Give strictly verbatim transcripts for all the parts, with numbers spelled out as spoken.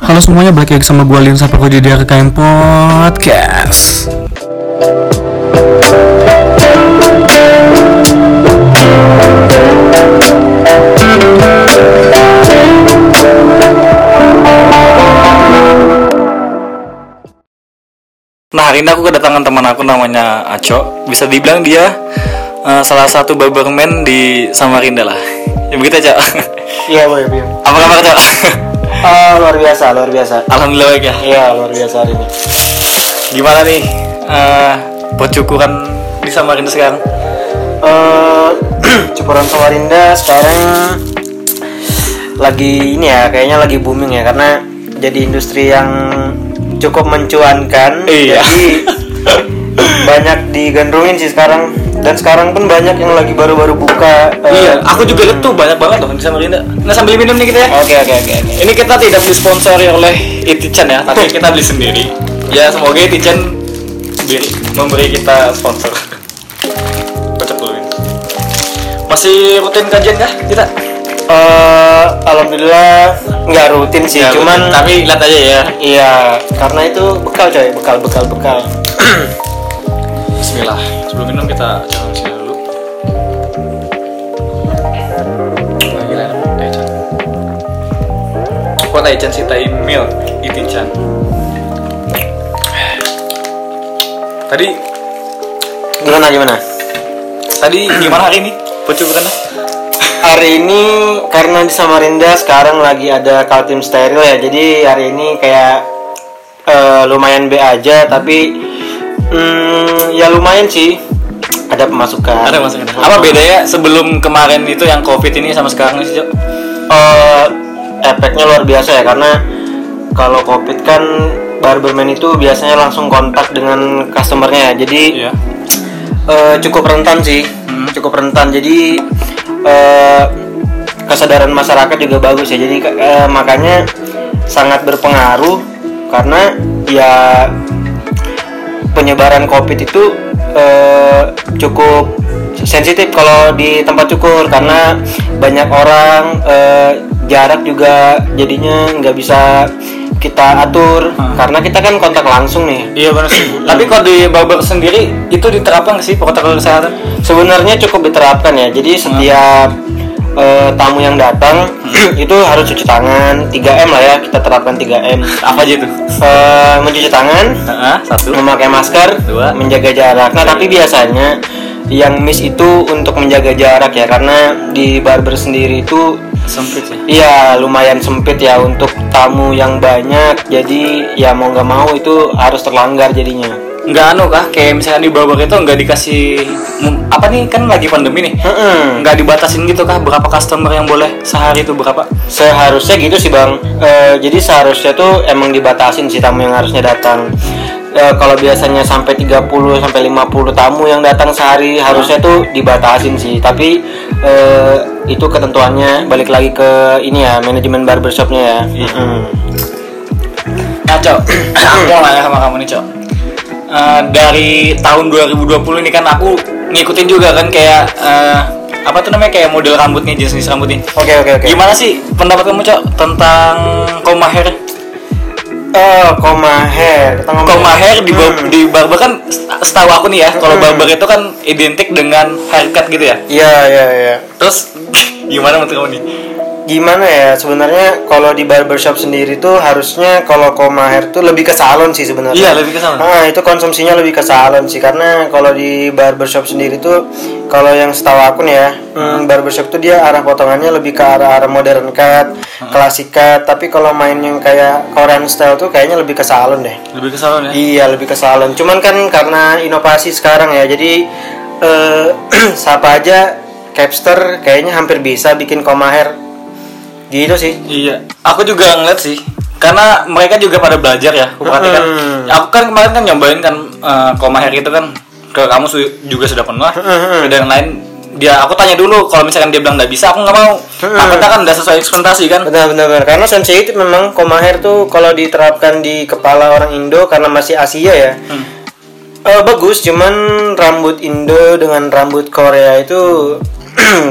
Halo semuanya, balik lagi sama gue Lin Sapaku di R K M Podcast. Nah, hari ini aku kedatangan teman aku namanya Aco. Bisa dibilang dia uh, salah satu barberman di Samarinda lah. Ya begitu, Cok. Iya, boleh, Bim. Apa kabar, Cok? Oh, luar biasa, luar biasa. Alhamdulillah baik ya. Iya, luar biasa hari ini. Gimana nih uh, percukuran di Samarinda sekarang? Uh, Cukuran Samarinda sekarang lagi ini ya, kayaknya lagi booming ya, karena jadi industri yang cukup mencuankan. Iya. Jadi banyak digandrungin sih sekarang. Dan sekarang pun banyak yang lagi baru-baru buka. Iya, uh, aku juga lihat tuh banyak banget loh di Samarinda. Nah, sambil minum nih kita ya. Oke, oke, oke. oke. Ini kita tidak disponsori oleh Itichan ya, tapi kita beli sendiri. Ya, semoga Itichan beri, memberi kita sponsor. Kocok dulu ini. Masih rutin kajian kah kita? Uh, Alhamdulillah nggak rutin sih, Ya, cuman rutin, tapi lihat aja ya. iya, karena itu bekal coy, bekal, bekal, bekal. Bismillah. Sebelum minum kita jangan sini dulu. Wah, gila enak Taichan. Kok Taichan sih Thai milk Itichan. Tadi Gimana, gimana? tadi gimana hari ini? Percukurannya? Hari ini karena di Samarinda sekarang lagi ada Kaltim steril ya, jadi hari ini kayak uh, lumayan B aja, tapi hmm, ya lumayan sih, ada pemasukan. Ada masukan. Apa bedanya sebelum kemarin itu yang COVID ini sama sekarang sih, Cok? Uh, efeknya luar biasa ya, karena kalau COVID kan barberman itu biasanya langsung kontak dengan customernya ya, jadi Iya. uh, cukup rentan sih, Hmm. cukup rentan. Jadi uh, kesadaran masyarakat juga bagus ya, jadi uh, makanya sangat berpengaruh, karena ya penyebaran COVID itu uh, cukup sensitif kalau di tempat cukur, karena banyak orang, uh, jarak juga jadinya nggak bisa kita atur, Hmm. karena kita kan kontak langsung nih. Iya benar sih. Tapi kalau di barber sendiri itu diterapkan nggak sih protokol kesehatan? Sebenarnya cukup diterapkan ya, jadi setiap uh, tamu yang datang itu harus cuci tangan, tiga M lah ya, kita terapkan tiga M. Apa aja itu? Uh, mencuci tangan, Heeh, satu. memakai masker, Dua. menjaga jarak. Nah, tapi biasanya yang miss itu untuk menjaga jarak ya, karena di barber sendiri itu Sempit sih. iya lumayan sempit ya untuk tamu yang banyak, jadi ya mau nggak mau itu harus terlanggar jadinya. Nggak anu kah? Kayak misalnya di barber itu nggak dikasih mm, apa nih, kan lagi pandemi nih. Mm-mm. Nggak dibatasin gitu kah? Berapa customer yang boleh sehari itu berapa? Seharusnya gitu sih bang. E, jadi seharusnya tuh emang dibatasin sih tamu yang harusnya datang. E, kalau biasanya sampai tiga puluh sampai lima puluh tamu yang datang sehari, harusnya tuh dibatasin sih. Tapi e, itu ketentuannya balik lagi ke ini ya, manajemen barbershopnya ya. Mm-mm. Nah, Cok, aku mau nanya sama kamu nih, Cok. Uh, dari tahun dua ribu dua puluh ini kan aku ngikutin juga kan kayak uh, apa tuh namanya, kayak model rambutnya, jenis rambutnya. Oke oke oke. Gimana sih pendapat kamu, Cok, tentang koma hair? Oh, koma hair. Kita ngomong- Koma hair di, bar- Hmm. di barber kan setahu aku nih ya, kalau Hmm. barber itu kan identik dengan haircut gitu ya. Iya iya iya. Terus gimana menurut kamu nih? Gimana ya, sebenarnya kalau di barbershop sendiri tuh harusnya kalau koma hair tuh lebih ke salon sih sebenarnya. Iya, lebih ke salon. Nah, itu konsumsinya lebih ke salon sih, karena kalau di barbershop sendiri tuh, kalau yang setahu aku nih ya, hmm, barbershop tuh dia arah potongannya lebih ke arah-arah modern cut, klasik cut. Tapi kalau main yang kayak Korean style tuh kayaknya lebih ke salon deh. Lebih ke salon ya? Iya, lebih ke salon. Cuman kan karena inovasi sekarang ya, jadi eh, siapa aja capster kayaknya hampir bisa bikin koma hair. Gitu sih. Iya, aku juga ngeliat sih, karena mereka juga pada belajar ya. Aku perhatikan. Hmm. Aku kan kemarin kan nyobain kan uh, koma hair itu kan ke kamu su- juga sudah pernah. Hmm. Dan yang lain dia, aku tanya dulu, kalau misalkan dia bilang nggak bisa, aku nggak mau. Hmm. Aku kan udah sesuai ekspektasi kan. Benar-benar, karena sensitif memang koma hair tuh kalau diterapkan di kepala orang Indo karena masih Asia ya. Hmm. Eh, bagus, cuman rambut Indo dengan rambut Korea itu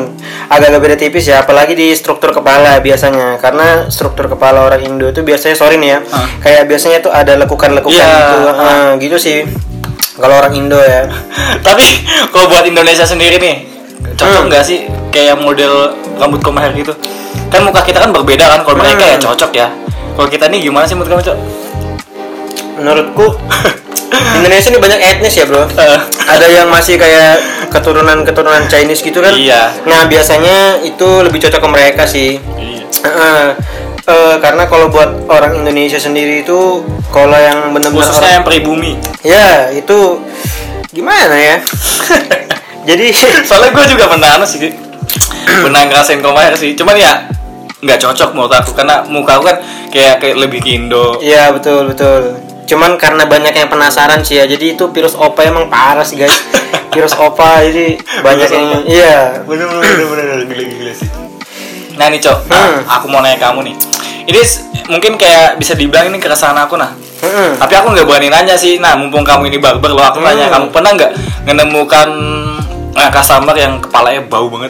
agak-agak beda tipis ya, apalagi di struktur kepala biasanya. Karena struktur kepala orang Indo itu biasanya sorry nih ya, huh? kayak biasanya tuh ada lekukan-lekukan yeah, gitu, huh? nah, gitu sih. Kalau orang Indo ya. Tapi kalau buat Indonesia sendiri nih, cocok nggak hmm. sih kayak model rambut komaher gitu? Kan muka kita kan berbeda kan. Kalau hmm. mereka ya cocok ya. Kalau kita nih gimana sih menurut kamu, Cok? Menurutku Indonesia ini banyak etnis ya, Bro. Uh. Ada yang masih kayak keturunan-keturunan Chinese gitu kan. Iya. Nah, biasanya itu lebih cocok ke mereka sih. Iya. Uh, uh, karena kalau buat orang Indonesia sendiri itu kalau yang benar-benar khususnya orang, yang pribumi. Ya, itu gimana ya? Jadi soalnya gue juga pernah anu sih. Pernah ngerasain komaher sih. Cuman ya nggak cocok menurut aku karena muka aku kan kayak kayak lebih ke Indo. Iya, betul, betul. Cuman karena banyak yang penasaran sih ya, jadi itu virus opa emang parah sih guys. Virus opa jadi banyak yang opa. Iya bener bener bener gila-gila sih. Nah nih Cok, hmm. nah, aku mau nanya kamu nih. Ini mungkin kayak bisa dibilang ini keresahan aku nah. Hmm. Tapi aku nggak berani nanya sih. Nah mumpung kamu ini barber lo, aku hmm. nanya kamu pernah nggak menemukan nah, customer yang kepalanya bau banget?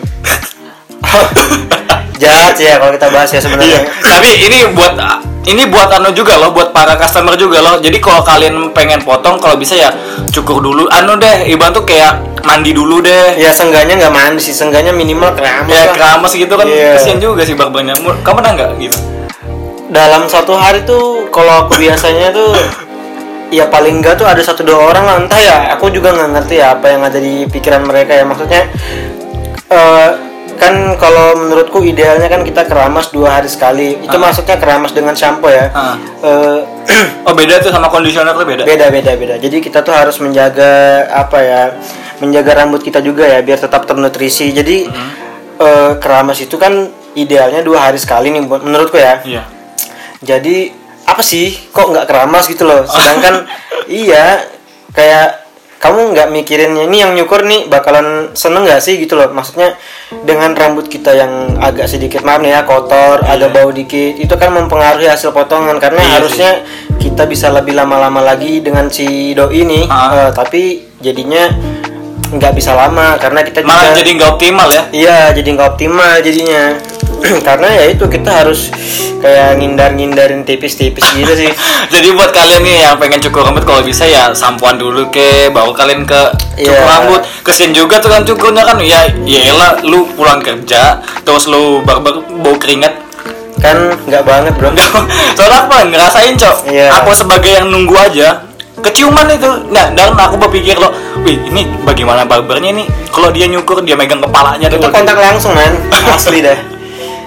Jahat sih ya kalau kita bahas ya sebenarnya. Iya. Tapi ini buat ini buat anu juga loh, buat para customer juga loh. Jadi kalau kalian pengen potong, kalau bisa ya cukur dulu. Anu deh, ibarat tuh kayak mandi dulu deh. Ya seenggaknya nggak mandi sih, seenggaknya minimal keramas. Ya keramas gitu kan, yeah. Kasian juga sih barbernya. Kamu pernah nggak gitu? Dalam satu hari tuh, kalau aku biasanya tuh ya paling enggak tuh ada satu dua orang lah, entah ya. Aku juga nggak ngerti ya apa yang ada di pikiran mereka ya. Maksudnya. Uh, kan kalau menurutku idealnya kan kita keramas dua hari sekali. Itu uh. maksudnya keramas dengan shampoo ya. Uh. Uh, oh beda tuh sama kondisioner tuh beda. Beda beda beda. Jadi kita tuh harus menjaga apa ya? Menjaga rambut kita juga ya biar tetap ternutrisi. Jadi uh-huh. uh, keramas itu kan idealnya dua hari sekali nih menurutku ya. Iya. Jadi apa sih kok nggak keramas gitu loh? Sedangkan iya kayak kamu nggak mikirin ini yang nyukur nih bakalan seneng nggak sih gitu loh, maksudnya dengan rambut kita yang agak sedikit maaf nih ya kotor, yeah. agak bau dikit, itu kan mempengaruhi hasil potongan karena yeah, harusnya sih. Kita bisa lebih lama-lama lagi dengan si doi ini, uh, tapi jadinya nggak bisa lama karena kita malah juga, jadi nggak optimal ya? Iya jadi nggak optimal jadinya. Karena ya itu kita harus kayak ngindar-ngindarin tipis-tipis gitu sih. Jadi buat kalian nih yang pengen cukur rambut kalau bisa ya sampoan dulu ke, baru kalian ke cukur yeah. rambut. Kesian juga tuh kan cukurnya kan ya, yaelah lu pulang kerja terus lu barber bau keringat kan nggak banget bro. Soalnya apa ngerasain Cok, yeah. aku sebagai yang nunggu aja keciuman itu. Nah dan aku berpikir loh, wih ini bagaimana barbernya nih kalau dia nyukur dia megang kepalanya itu kontak langsung kan asli dah.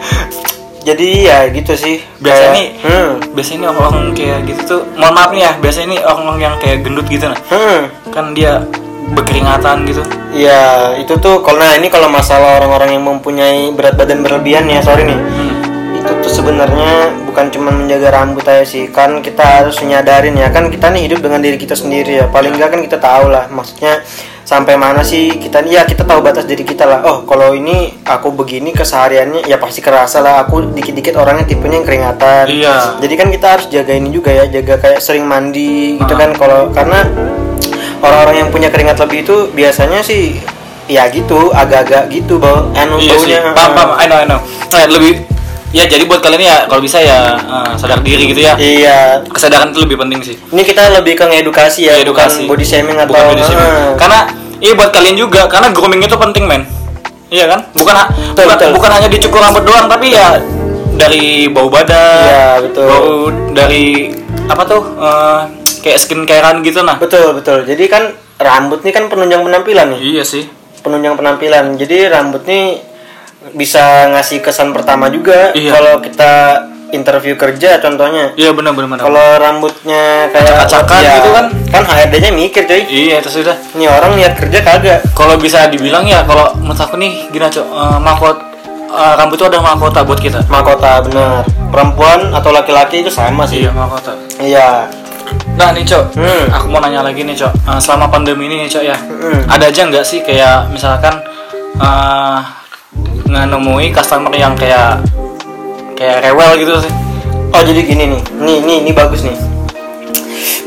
Jadi ya gitu sih. Biasanya nih, hmm. biasanya nih orang-orang kayak gitu tuh, mohon maaf nih ya, biasanya nih orang-orang yang kayak gendut gitu nah, hmm. kan dia berkeringatan gitu. Iya, itu tuh kalau nah ini kalau masalah orang-orang yang mempunyai berat badan berlebihan ya, sorry nih, hmm. itu tuh sebenarnya bukan cuma menjaga rambut aja sih, kan kita harus menyadarin ya, kan kita nih hidup dengan diri kita sendiri ya, paling enggak kan kita tahu lah, maksudnya sampai mana sih kita nih ya kita tahu batas diri kita lah. Oh kalau ini aku begini kesehariannya ya pasti kerasa lah, aku dikit-dikit orangnya tipenya yang keringatan. Iya. Jadi kan kita harus jaga ini juga ya, jaga kayak sering mandi gitu kan, kalau karena orang-orang yang punya keringat lebih itu biasanya sih ya gitu agak-agak gitu bau anu iya baunya. Sih. Paham paham, I know I know. Nah, lebih ya jadi buat kalian ya kalau bisa ya uh, sadar diri gitu ya. Iya. Kesadaran itu lebih penting sih. Ini kita lebih ke ngedukasi ya, edukasi. Bukan body shaming atau bukan body shaming. Uh. Karena iya buat kalian juga, karena grooming itu penting men. Iya kan? Bukan betul, bukan, betul. bukan hanya dicukur rambut doang, tapi ya dari bau badan. Iya betul. Bau dari apa tuh? Uh, kayak skincarean gitu nah. Betul betul. Jadi kan rambut nih kan penunjang penampilan nih. Iya sih. Penunjang penampilan. Jadi rambut nih bisa ngasih kesan pertama juga iya. Kalau kita interview kerja contohnya. Iya benar benar. Kalau rambutnya kayak acak-acakan ya, gitu kan, kan H R D-nya mikir coy. Iya itu sudah. Nih orang niat kerja kagak. Kalau bisa dibilang ya, kalau menurut aku nih gini Cok, uh, mahkota uh, rambut itu ada mahkota buat kita. Mahkota benar. Perempuan atau laki-laki itu sama sih. Iya mahkota. Iya. Nah nih Cok, hmm. aku mau nanya lagi nih Cok, uh, selama pandemi ini nih Cok ya, hmm. ada aja nggak sih kayak misalkan uh, ngenemui customer yang kayak kayak rewel gitu sih? Oh jadi gini nih, nih nih ini bagus nih.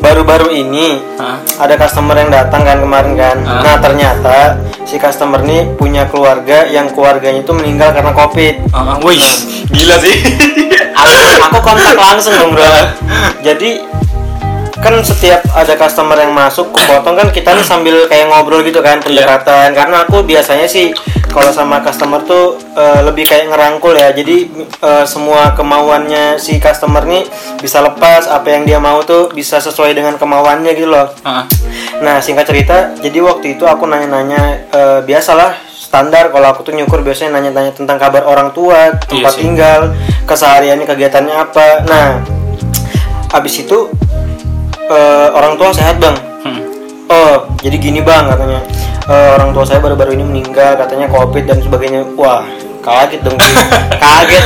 baru-baru ini Hah? ada customer yang datang kan kemarin kan. Hah? Nah ternyata si customer ini punya keluarga yang keluarganya itu meninggal karena covid. Uh, wih, gila sih. Aku, aku kontak langsung dong bro. Jadi kan setiap ada customer yang masuk kepotong kan kita nih sambil kayak ngobrol gitu kan pendekatan. Karena aku biasanya sih kalau sama customer tuh uh, lebih kayak ngerangkul ya. Jadi uh, semua kemauannya si customer nih bisa lepas, apa yang dia mau tuh bisa sesuai dengan kemauannya gitu loh. Uh. Nah singkat cerita, jadi waktu itu aku nanya-nanya uh, biasalah standar kalau aku tuh nyukur biasanya nanya-nanya tentang kabar orang tua, tempat Iya sih. tinggal, kesehariannya kegiatannya apa. Nah abis itu uh, orang tua sehat bang. Hmm. Oh jadi gini bang katanya, e, orang tua saya baru-baru ini meninggal katanya covid dan sebagainya. Wah kaget dong gue. Kaget.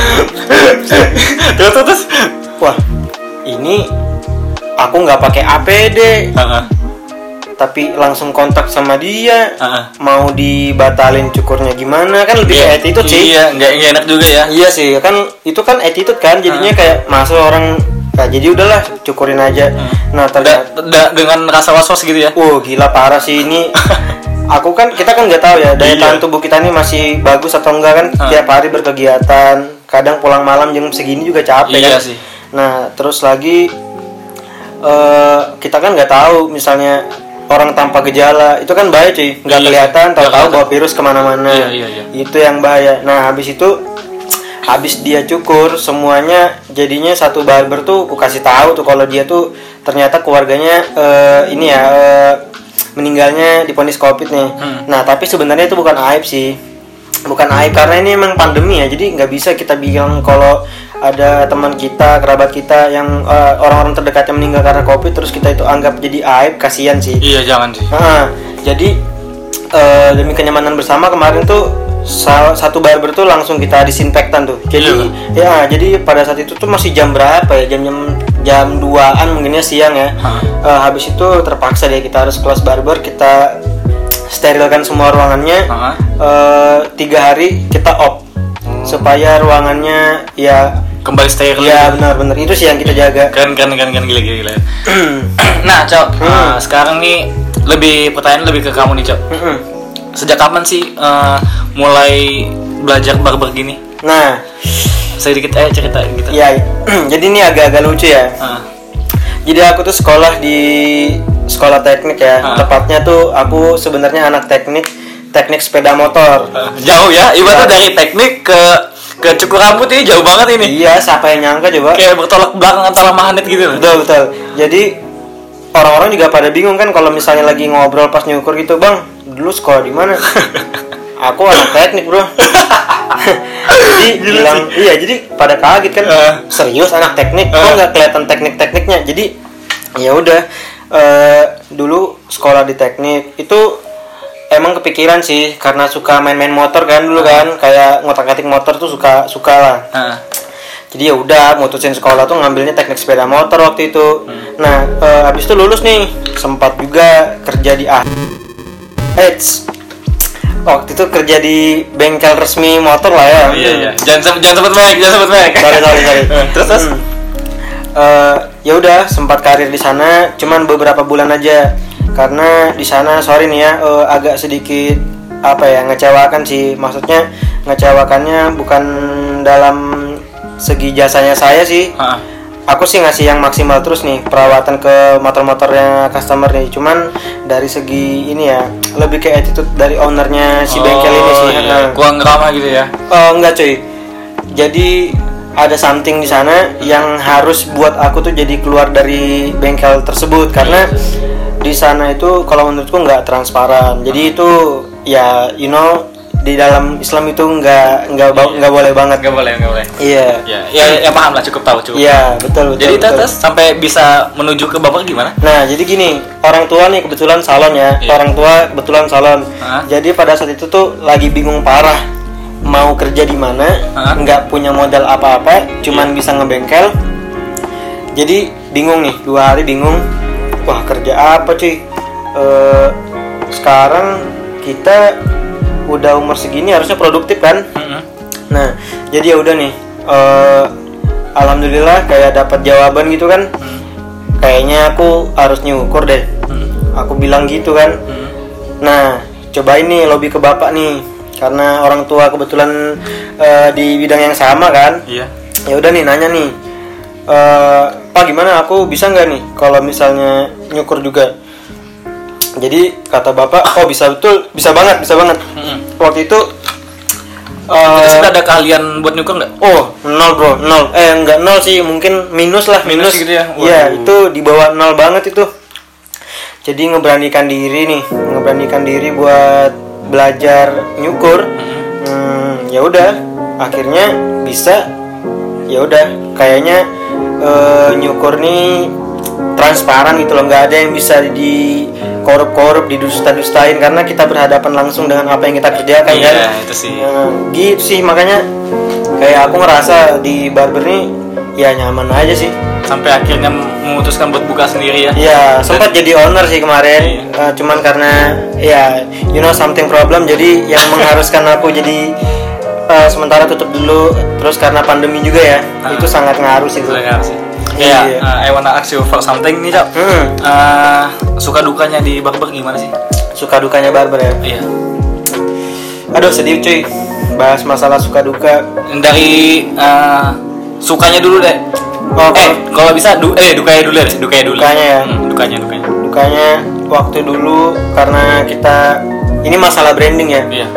Terus terus. Wah ini aku nggak pakai A P D Uh-uh. tapi langsung kontak sama dia. Uh-uh. Mau dibatalin cukurnya gimana kan lebih kayak attitude sih. Iya, nggak nggak enak juga ya. Iya sih kan itu kan attitude kan jadinya Uh. kayak masa orang. Nah jadi udahlah cukurin aja. Uh. Nah Da, ternyata da, dengan rasa was-was gitu ya. oh gila parah sih ini. Aku kan kita kan nggak tahu ya daya Iya. tahan tubuh kita nih masih bagus atau enggak kan. Ah. Tiap hari berkegiatan, kadang pulang malam jam segini juga capek Iya kan. sih. Nah terus lagi eh kita kan nggak tahu misalnya orang tanpa gejala itu kan bahaya cuy, nggak Iya, kelihatan nggak tahu-tahu kelihatan. bawa virus kemana-mana. Iya, iya, iya. Itu yang bahaya. Nah habis itu habis dia cukur semuanya jadinya satu barber tuh aku kasih tahu tuh kalau dia tuh ternyata keluarganya eh, ini ya eh, meninggalnya divonis covid nih. Hmm. Nah tapi sebenarnya itu bukan aib sih, bukan aib karena ini emang pandemi ya, jadi nggak bisa kita bilang kalau ada teman kita kerabat kita yang eh, orang-orang terdekatnya meninggal karena covid terus kita itu anggap jadi aib, kasihan sih. Iya, jangan sih. Nah, jadi eh, demi kenyamanan bersama kemarin tuh Sal- satu barber tuh langsung kita disinfektan tuh. Jadi Iya, ya, jadi pada saat itu tuh masih jam berapa ya? Jam-jam jam duaan mungkinnya siang ya. Hah. Eh, habis itu terpaksa deh kita harus kelas barber, kita sterilkan semua ruangannya. Hah. Eh, tiga hari kita off supaya ruangannya ya Kembali steril. ya benar-benar itu sih yang kita jaga. Keren keren keren keren gila gila. gila. Nah, Cok, Hmm. uh, sekarang nih lebih pertanyaan lebih ke kamu nih, Cok. Mm-mm. Sejak kapan sih uh, mulai belajar barber gini? Nah, Sedikit aja cerita gitu. ya jadi ini agak-agak lucu ya. Uh, Jadi aku tuh sekolah di sekolah teknik ya. Ah. Tepatnya tuh aku sebenarnya anak teknik teknik sepeda motor. uh, jauh ya, ibaratnya Ya. dari teknik ke ke cukur rambut ini jauh banget ini. Iya, siapa yang nyangka coba? Kayak bertolak belakang antara magnet gitu. Betul betul. Jadi orang-orang juga pada bingung kan kalau misalnya lagi ngobrol pas nyukur gitu, Bang, dulu sekolah di mana? Aku anak teknik, Bro. Jadi Gila bilang, iya, jadi pada kaget kan. Ah. Serius anak teknik? Kok Ah. nggak kelihatan teknik-tekniknya? Jadi ya udah eh, dulu sekolah di teknik itu emang kepikiran sih karena suka main-main motor kan dulu kan, kayak ngotak-ngatik motor tuh suka suka lah. Uh, Jadi ya udah mutusin sekolah tuh ngambilnya teknik sepeda motor waktu itu. Nah, eh, habis itu lulus nih, sempat juga kerja di ah. Eits. Waktu itu kerja di bengkel resmi motor lah ya. iya iya. Jangan se- jangan sebut merek, jangan sebut merek. Sorry sorry sorry. Uh, terus terus. Hmm. Eh, ya udah sempat karir di sana, cuman beberapa bulan aja. Karena di sana sorry nih ya, eh, agak sedikit apa ya ngecewakan sih. Maksudnya ngecewakannya bukan dalam segi jasanya saya sih. Uh, Aku sih ngasih yang maksimal terus nih perawatan ke motor-motornya customer nih. Cuman dari segi ini ya lebih ke attitude dari ownernya si bengkel ini sih. iya. Nah, Kurang ramah gitu ya. eh, enggak cuy. Jadi ada something di sana yang harus buat aku tuh jadi keluar dari bengkel tersebut karena di sana itu kalau menurutku nggak transparan. Jadi itu ya you know di dalam Islam itu nggak nggak ba- nggak boleh banget. Nggak boleh, nggak boleh. Iya. Ya, ya, ya paham lah, cukup tahu, cukup. Iya, betul betul. Jadi betul. terus sampai bisa menuju ke bapak gimana? Nah, jadi gini, orang tua nih kebetulan salon ya. Iya. Orang tua kebetulan salon. Hah? Jadi pada saat itu tuh lagi bingung parah mau kerja di mana, Hah? nggak punya modal apa-apa, cuman Iya. bisa ngebengkel. Jadi bingung nih, dua hari bingung. Wah, kerja apa cuy? Eh, sekarang kita udah umur segini harusnya produktif kan? Mm-mm. Nah, jadi ya udah nih. eh, Alhamdulillah kayak dapat jawaban gitu kan. kayaknya aku harus nyukur deh. hmm. Aku bilang gitu kan. hmm. Nah cobain nih lobby ke bapak nih, karena orang tua kebetulan uh, di bidang yang sama kan. Iya. Ya udah nih nanya nih, uh, Pak gimana aku bisa nggak nih kalau misalnya nyukur juga? Jadi kata bapak, oh bisa betul, bisa banget, bisa banget. hmm. Waktu itu uh, Jadi sudah ada keahlian buat nyukur nggak? Oh nol bro, nol. Eh nggak nol sih, mungkin minus lah, minus, minus gitu ya? Iya itu di bawah nol banget itu. Jadi ngeberanikan diri nih, ngeberanikan diri buat belajar nyukur. hmm. Hmm, ya udah, akhirnya bisa. Ya udah, kayaknya uh, nyukur nih transparan gitu loh, nggak ada yang bisa di korup-korup, didusta-dustain, karena kita berhadapan langsung dengan apa yang kita kerjakan. Iya, kan itu sih. Nah, gitu sih, makanya kayak aku ngerasa di barber nih ya nyaman aja sih, sampai akhirnya memutuskan buat buka sendiri ya. Iya, sempat jadi owner sih kemarin. Iya. Uh, cuman karena ya you know something problem, jadi yang mengharuskan aku jadi uh, sementara tutup dulu, terus karena pandemi juga ya. Ah. Itu sangat ngaruh sih. Sangat ngaruh sih. Iya. Yeah, uh, I wanna ask you for something nih, Cok. Hmm. Uh, suka dukanya di barber gimana sih? Suka dukanya barber ya. Iya. Aduh sedih cuy, bahas masalah suka duka. Dari uh, sukanya dulu deh. Oh, eh, kalau bisa du eh dukanya dulu deh, dukanya dulu. Dukanya ya. Hmm, dukanya, dukanya. Dukanya waktu dulu karena kita ini masalah branding ya. Iya.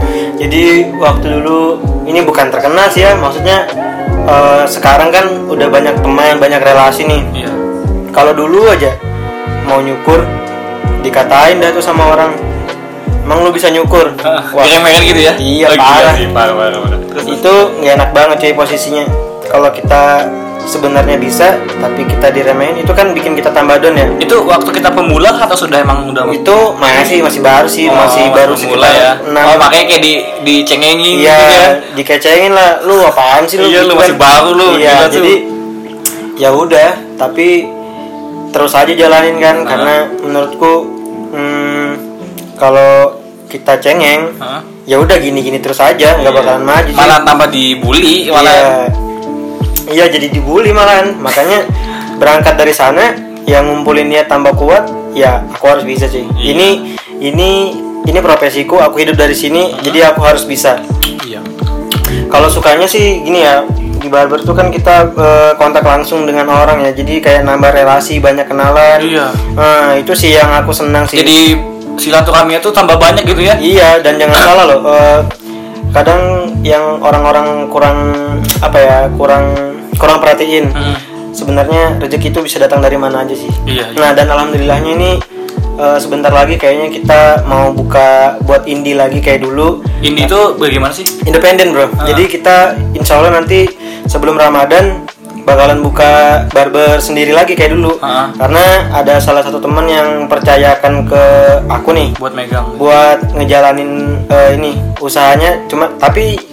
Jadi waktu dulu ini bukan terkenal sih ya, maksudnya uh, sekarang kan udah banyak teman, banyak relasi nih. Iya. Kalau dulu aja mau nyukur dikatain dah tuh sama orang, emang lu bisa nyukur? Wah, mereng-mereng gitu ya? Iya, oh, parah. Sih, parah, parah, parah. Terus, Itu nggak enak banget cuy posisinya. Kalau kita sebenarnya bisa, tapi kita diremehin, itu kan bikin kita tambah down ya. itu waktu kita pemula atau sudah emang udah? Itu masih masih baru sih, Oh, masih baru pemula sekitar ya. enam. Oh, makanya kayak di dicengengin Iya, gitu ya. dikecengin lah. Lu apaan sih lu? Iya, lu gitu masih kan. baru lu, Iya, gila tuh. jadi ya udah, tapi terus aja jalanin kan, Hah? karena menurutku hmm, kalau kita cengeng, Hah? ya udah gini-gini terus aja, nggak Iya. bakalan maju sih. Malah tambah dibully, malah. Iya. Iya, jadi dibully malahan. Makanya berangkat dari sana, yang ngumpulin niat tambah kuat, ya aku harus bisa sih. Iya. Ini ini ini profesiku, aku hidup dari sini, Hmm. jadi aku harus bisa. Iya. Kalau sukanya sih gini ya, di barber tuh kan kita eh, kontak langsung dengan orang ya, jadi kayak nambah relasi, banyak kenalan. Iya. Nah, itu sih yang aku senang sih. Jadi silaturahminya tuh tambah banyak gitu ya? Iya, dan jangan salah loh, eh, kadang yang orang-orang kurang apa ya, kurang kurang perhatiin. Hmm. Sebenarnya rezeki itu bisa datang dari mana aja sih. Iya, iya. Nah, dan alhamdulillahnya ini eh, sebentar lagi kayaknya kita mau buka buat indie lagi kayak dulu. Ini tuh bagaimana sih? Independen bro. Ah. Jadi kita insya Allah nanti sebelum Ramadan bakalan buka barber sendiri lagi kayak dulu. Ah. Karena ada salah satu teman yang percayakan ke aku nih Buat megang. buat ngejalanin eh, ini usahanya. Cuma tapi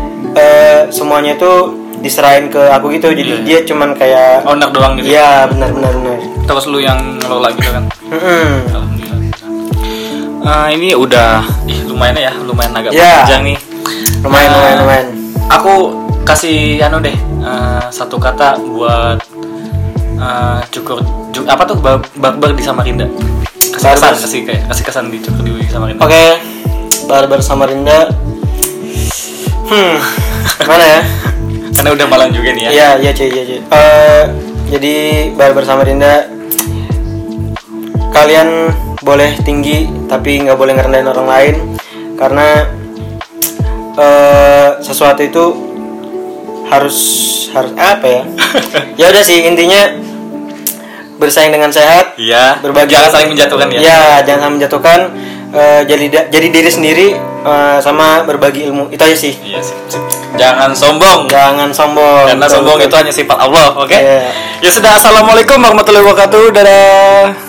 eh, semuanya itu diserahin ke aku gitu. Jadi Iya, dia cuman kayak Owner doang gitu. iya benar benar benar. Terus lu yang ngelola gitu kan? Mm-mm. Alhamdulillah. Ah, ini udah ih, lumayan ya, lumayan agak Ya. panjang nih. Lumayan Ah, lumayan lumayan. Aku kasih anu deh, eh, satu kata buat eh, cukur ju- apa tuh bar- barber di Samarinda. Kasih kesan, Barber. kasih kayak kasih kesan di cukur di Samarinda. Oke, barber Samarinda. Hmm, mana ya? Karena udah malam juga nih ya. Iya, iya cuy, iya cuy. Eh, jadi barber Samarinda, kalian boleh tinggi tapi nggak boleh ngerendahin orang lain, karena eh, sesuatu itu harus harus apa ya? Ya udah sih, intinya bersaing dengan sehat. Iya. Berbagi. Jangan saling menjatuhkan ya. Ya, jangan menjatuhkan. eh, jadi jadi diri sendiri, eh, sama berbagi ilmu, itu aja sih. Iya sip, sip. Jangan sombong. Jangan sombong. Karena Betul, sombong betul. itu hanya sifat Allah, oke? Iya. Ya sudah, assalamualaikum warahmatullahi wabarakatuh. Dadah.